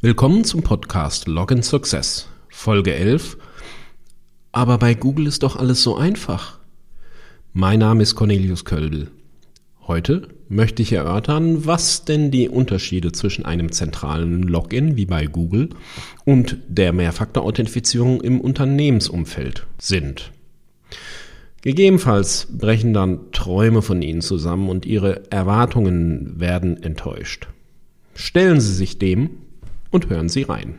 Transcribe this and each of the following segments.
Willkommen zum Podcast Login Success, Folge 11. Aber bei Google ist doch alles so einfach. Mein Name ist Cornelius Kölbel. Heute möchte ich erörtern, was denn die Unterschiede zwischen einem zentralen Login wie bei Google und der Mehrfaktor-Authentifizierung im Unternehmensumfeld sind. Gegebenenfalls brechen dann Träume von Ihnen zusammen und Ihre Erwartungen werden enttäuscht. Stellen Sie sich dem und hören Sie rein.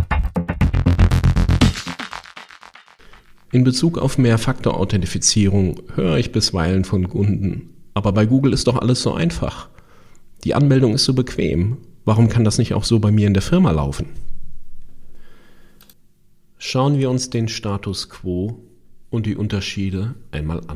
In Bezug auf Mehrfaktor-Authentifizierung höre ich bisweilen von Kunden, aber bei Google ist doch alles so einfach. Die Anmeldung ist so bequem. Warum kann das nicht auch so bei mir in der Firma laufen? Schauen wir uns den Status quo und die Unterschiede einmal an.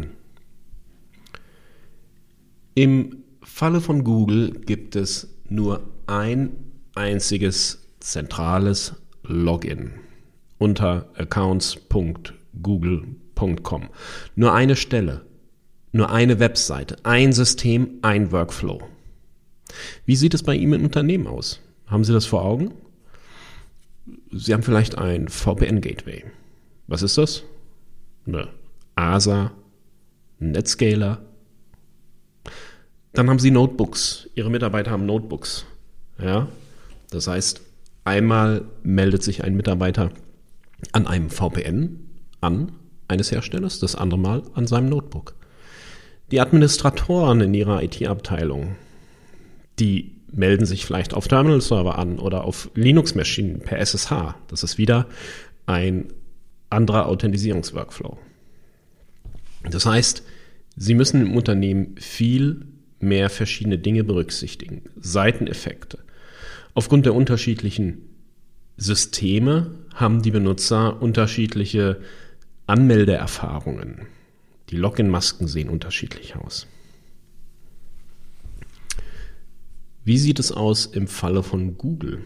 Im Falle von Google gibt es nur ein einziges zentrales Login unter accounts.google.com. Nur eine Stelle, nur eine Webseite, ein System, ein Workflow. Wie sieht es bei Ihnen im Unternehmen aus? Haben Sie das vor Augen? Sie haben vielleicht ein VPN-Gateway. Was ist das? Eine ASA, ein Netscaler. Dann haben Sie Notebooks. Ihre Mitarbeiter haben Notebooks. Ja, das heißt, einmal meldet sich ein Mitarbeiter an einem VPN an eines Herstellers, das andere Mal an seinem Notebook. Die Administratoren in ihrer IT-Abteilung, die melden sich vielleicht auf Terminal-Server an oder auf Linux-Maschinen per SSH. Das ist wieder ein anderer Authentisierungsworkflow. Das heißt, Sie müssen im Unternehmen viel mehr verschiedene Dinge berücksichtigen. Seiteneffekte. Aufgrund der unterschiedlichen Systeme haben die Benutzer unterschiedliche Anmeldeerfahrungen. Die Login-Masken sehen unterschiedlich aus. Wie sieht es aus im Falle von Google?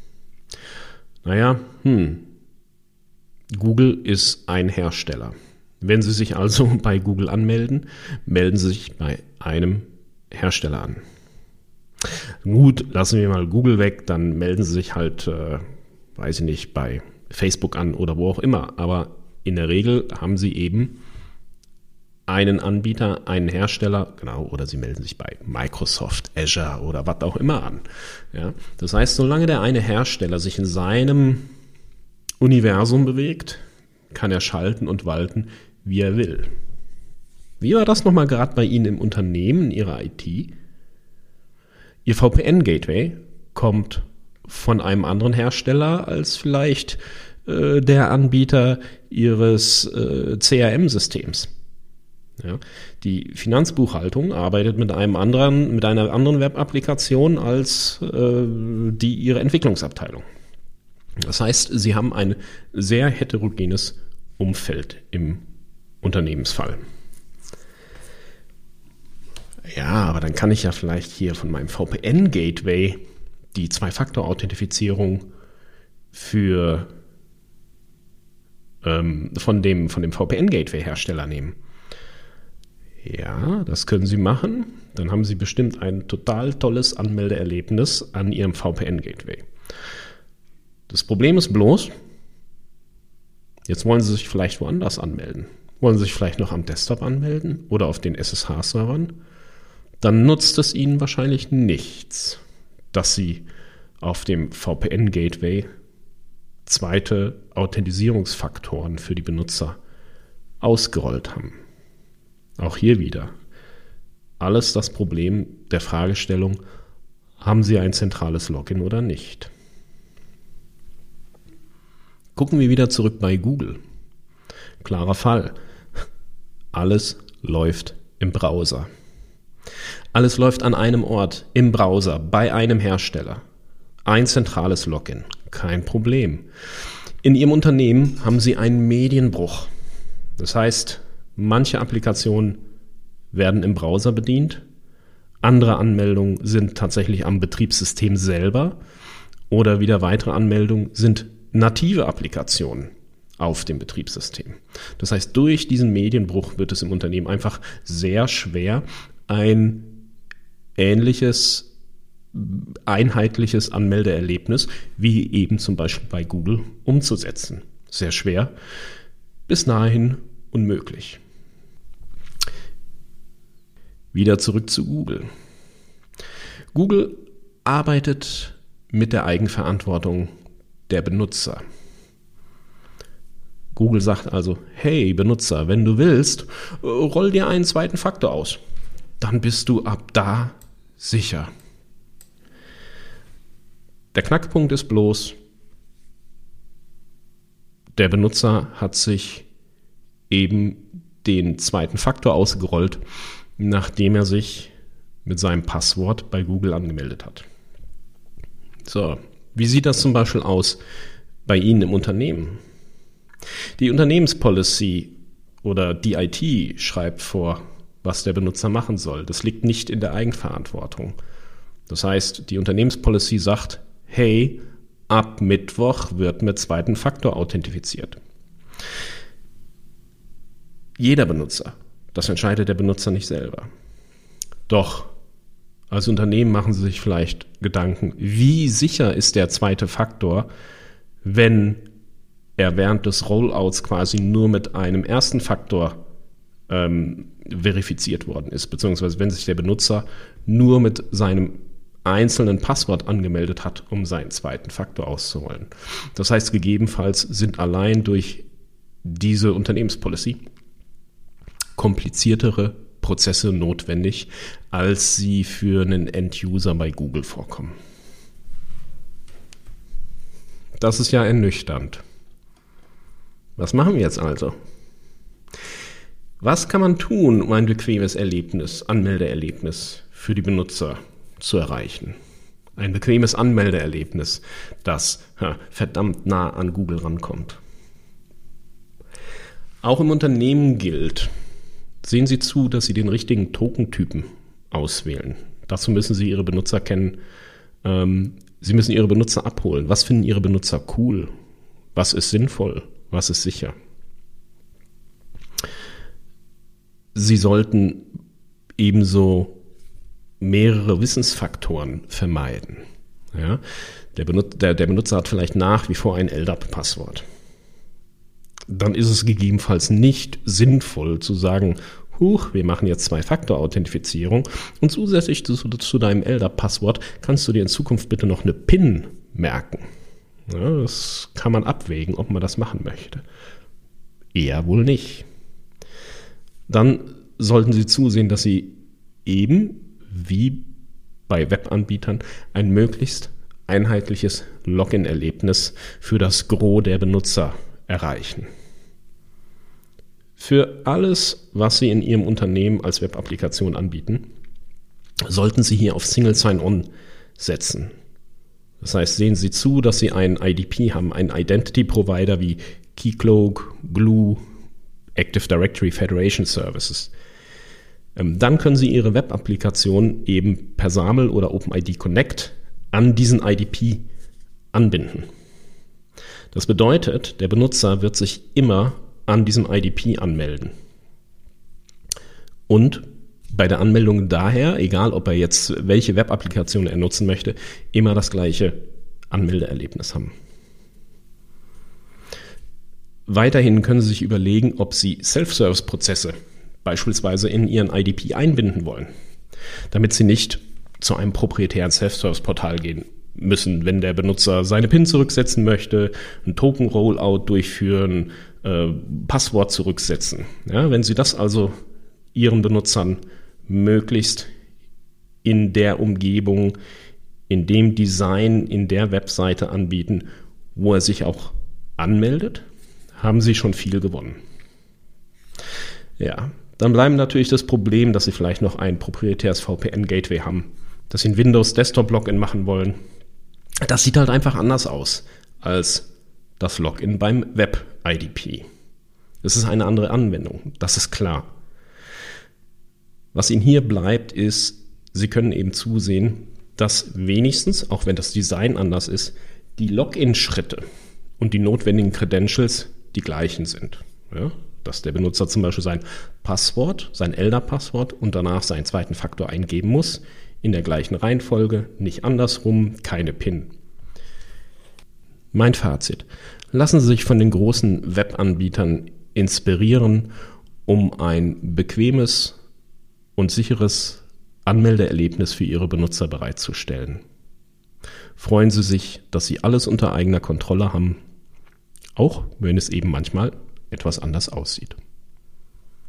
Google ist ein Hersteller. Wenn Sie sich also bei Google anmelden, melden Sie sich bei einem Hersteller an. Gut, lassen wir mal Google weg, dann melden Sie sich halt, bei Facebook an oder wo auch immer. Aber in der Regel haben Sie eben einen Anbieter, einen Hersteller, genau, oder Sie melden sich bei Microsoft, Azure oder was auch immer an. Ja, das heißt, solange der eine Hersteller sich in seinem Universum bewegt, kann er schalten und walten, wie er will. Wie war das nochmal gerade bei Ihnen im Unternehmen, in Ihrer IT? Ihr VPN-Gateway kommt von einem anderen Hersteller als vielleicht der Anbieter Ihres CRM-Systems. Ja, die Finanzbuchhaltung arbeitet mit einer anderen Web-Applikation als die Ihre Entwicklungsabteilung. Das heißt, Sie haben ein sehr heterogenes Umfeld im Unternehmensfall. Ja, aber dann kann ich ja vielleicht hier von meinem VPN-Gateway die Zwei-Faktor-Authentifizierung von dem VPN-Gateway-Hersteller nehmen. Ja, das können Sie machen. Dann haben Sie bestimmt ein total tolles Anmeldeerlebnis an Ihrem VPN-Gateway. Das Problem ist bloß, jetzt wollen Sie sich vielleicht woanders anmelden. Wollen Sie sich vielleicht noch am Desktop anmelden oder auf den SSH-Servern? Dann nutzt es Ihnen wahrscheinlich nichts, dass Sie auf dem VPN-Gateway zweite Authentisierungsfaktoren für die Benutzer ausgerollt haben. Auch hier wieder alles das Problem der Fragestellung, haben Sie ein zentrales Login oder nicht? Gucken wir wieder zurück bei Google. Klarer Fall. Alles läuft im Browser. Alles läuft an einem Ort, im Browser, bei einem Hersteller. Ein zentrales Login, kein Problem. In Ihrem Unternehmen haben Sie einen Medienbruch. Das heißt, manche Applikationen werden im Browser bedient, andere Anmeldungen sind tatsächlich am Betriebssystem selber oder wieder weitere Anmeldungen sind native Applikationen auf dem Betriebssystem. Das heißt, durch diesen Medienbruch wird es im Unternehmen einfach sehr schwer, ein ähnliches einheitliches Anmeldeerlebnis, wie eben zum Beispiel bei Google, umzusetzen. Sehr schwer, bis nahehin unmöglich. Wieder zurück zu Google. Google arbeitet mit der Eigenverantwortung der Benutzer. Google sagt also, hey Benutzer, wenn du willst, roll dir einen zweiten Faktor aus. Dann bist du ab da sicher. Der Knackpunkt ist bloß, der Benutzer hat sich eben den zweiten Faktor ausgerollt, nachdem er sich mit seinem Passwort bei Google angemeldet hat. So, wie sieht das zum Beispiel aus bei Ihnen im Unternehmen? Die Unternehmenspolicy oder die IT schreibt vor, was der Benutzer machen soll. Das liegt nicht in der Eigenverantwortung. Das heißt, die Unternehmenspolicy sagt, hey, ab Mittwoch wird mit zweiten Faktor authentifiziert. Jeder Benutzer, das entscheidet der Benutzer nicht selber. Doch als Unternehmen machen Sie sich vielleicht Gedanken, wie sicher ist der zweite Faktor, wenn er während des Rollouts quasi nur mit einem ersten Faktor verifiziert worden ist, beziehungsweise wenn sich der Benutzer nur mit seinem einzelnen Passwort angemeldet hat, um seinen zweiten Faktor auszurollen. Das heißt, gegebenenfalls sind allein durch diese Unternehmenspolicy kompliziertere Prozesse notwendig, als sie für einen End-User bei Google vorkommen. Das ist ja ernüchternd. Was machen wir jetzt also? Was kann man tun, um ein bequemes Anmeldeerlebnis für die Benutzer zu erreichen? Ein bequemes Anmeldeerlebnis, das verdammt nah an Google rankommt. Auch im Unternehmen gilt, sehen Sie zu, dass Sie den richtigen Tokentypen auswählen. Dazu müssen Sie Ihre Benutzer kennen. Sie müssen Ihre Benutzer abholen. Was finden Ihre Benutzer cool? Was ist sinnvoll? Was ist sicher? Sie sollten ebenso mehrere Wissensfaktoren vermeiden. Ja? Der Benutzer hat vielleicht nach wie vor ein LDAP-Passwort. Dann ist es gegebenenfalls nicht sinnvoll zu sagen, wir machen jetzt Zwei-Faktor-Authentifizierung und zusätzlich zu deinem LDAP-Passwort kannst du dir in Zukunft bitte noch eine PIN merken. Ja, das kann man abwägen, ob man das machen möchte. Eher wohl nicht. Dann sollten Sie zusehen, dass Sie eben, wie bei Webanbietern, ein möglichst einheitliches Login-Erlebnis für das Gros der Benutzer erreichen. Für alles, was Sie in Ihrem Unternehmen als Webapplikation anbieten, sollten Sie hier auf Single Sign-On setzen. Das heißt, sehen Sie zu, dass Sie einen IDP haben, einen Identity Provider wie Keycloak, Glue, Active Directory Federation Services. Dann können Sie Ihre Web-Applikation eben per SAML oder OpenID Connect an diesen IDP anbinden. Das bedeutet, der Benutzer wird sich immer an diesem IDP anmelden. Und bei der Anmeldung daher, egal ob er jetzt welche Web-Applikation er nutzen möchte, immer das gleiche Anmeldeerlebnis haben. Weiterhin können Sie sich überlegen, ob Sie Self-Service-Prozesse beispielsweise in Ihren IDP einbinden wollen, damit Sie nicht zu einem proprietären Self-Service-Portal gehen müssen, wenn der Benutzer seine PIN zurücksetzen möchte, ein Token-Rollout durchführen, Passwort zurücksetzen. Ja, wenn Sie das also Ihren Benutzern möglichst in der Umgebung, in dem Design, in der Webseite anbieten, wo er sich auch anmeldet, haben Sie schon viel gewonnen. Ja, dann bleibt natürlich das Problem, dass Sie vielleicht noch ein proprietäres VPN-Gateway haben, dass Sie ein Windows-Desktop-Login machen wollen. Das sieht halt einfach anders aus als das Login beim Web-IDP. Das ist eine andere Anwendung, das ist klar. Was Ihnen hier bleibt, ist, Sie können eben zusehen, dass wenigstens, auch wenn das Design anders ist, die Login-Schritte und die notwendigen Credentials die gleichen sind. Ja? Dass der Benutzer zum Beispiel sein Passwort, sein LDAP-Passwort und danach seinen zweiten Faktor eingeben muss, in der gleichen Reihenfolge, nicht andersrum, keine PIN. Mein Fazit: Lassen Sie sich von den großen Webanbietern inspirieren, um ein bequemes und sicheres Anmeldeerlebnis für Ihre Benutzer bereitzustellen. Freuen Sie sich, dass Sie alles unter eigener Kontrolle haben, auch wenn es eben manchmal etwas anders aussieht.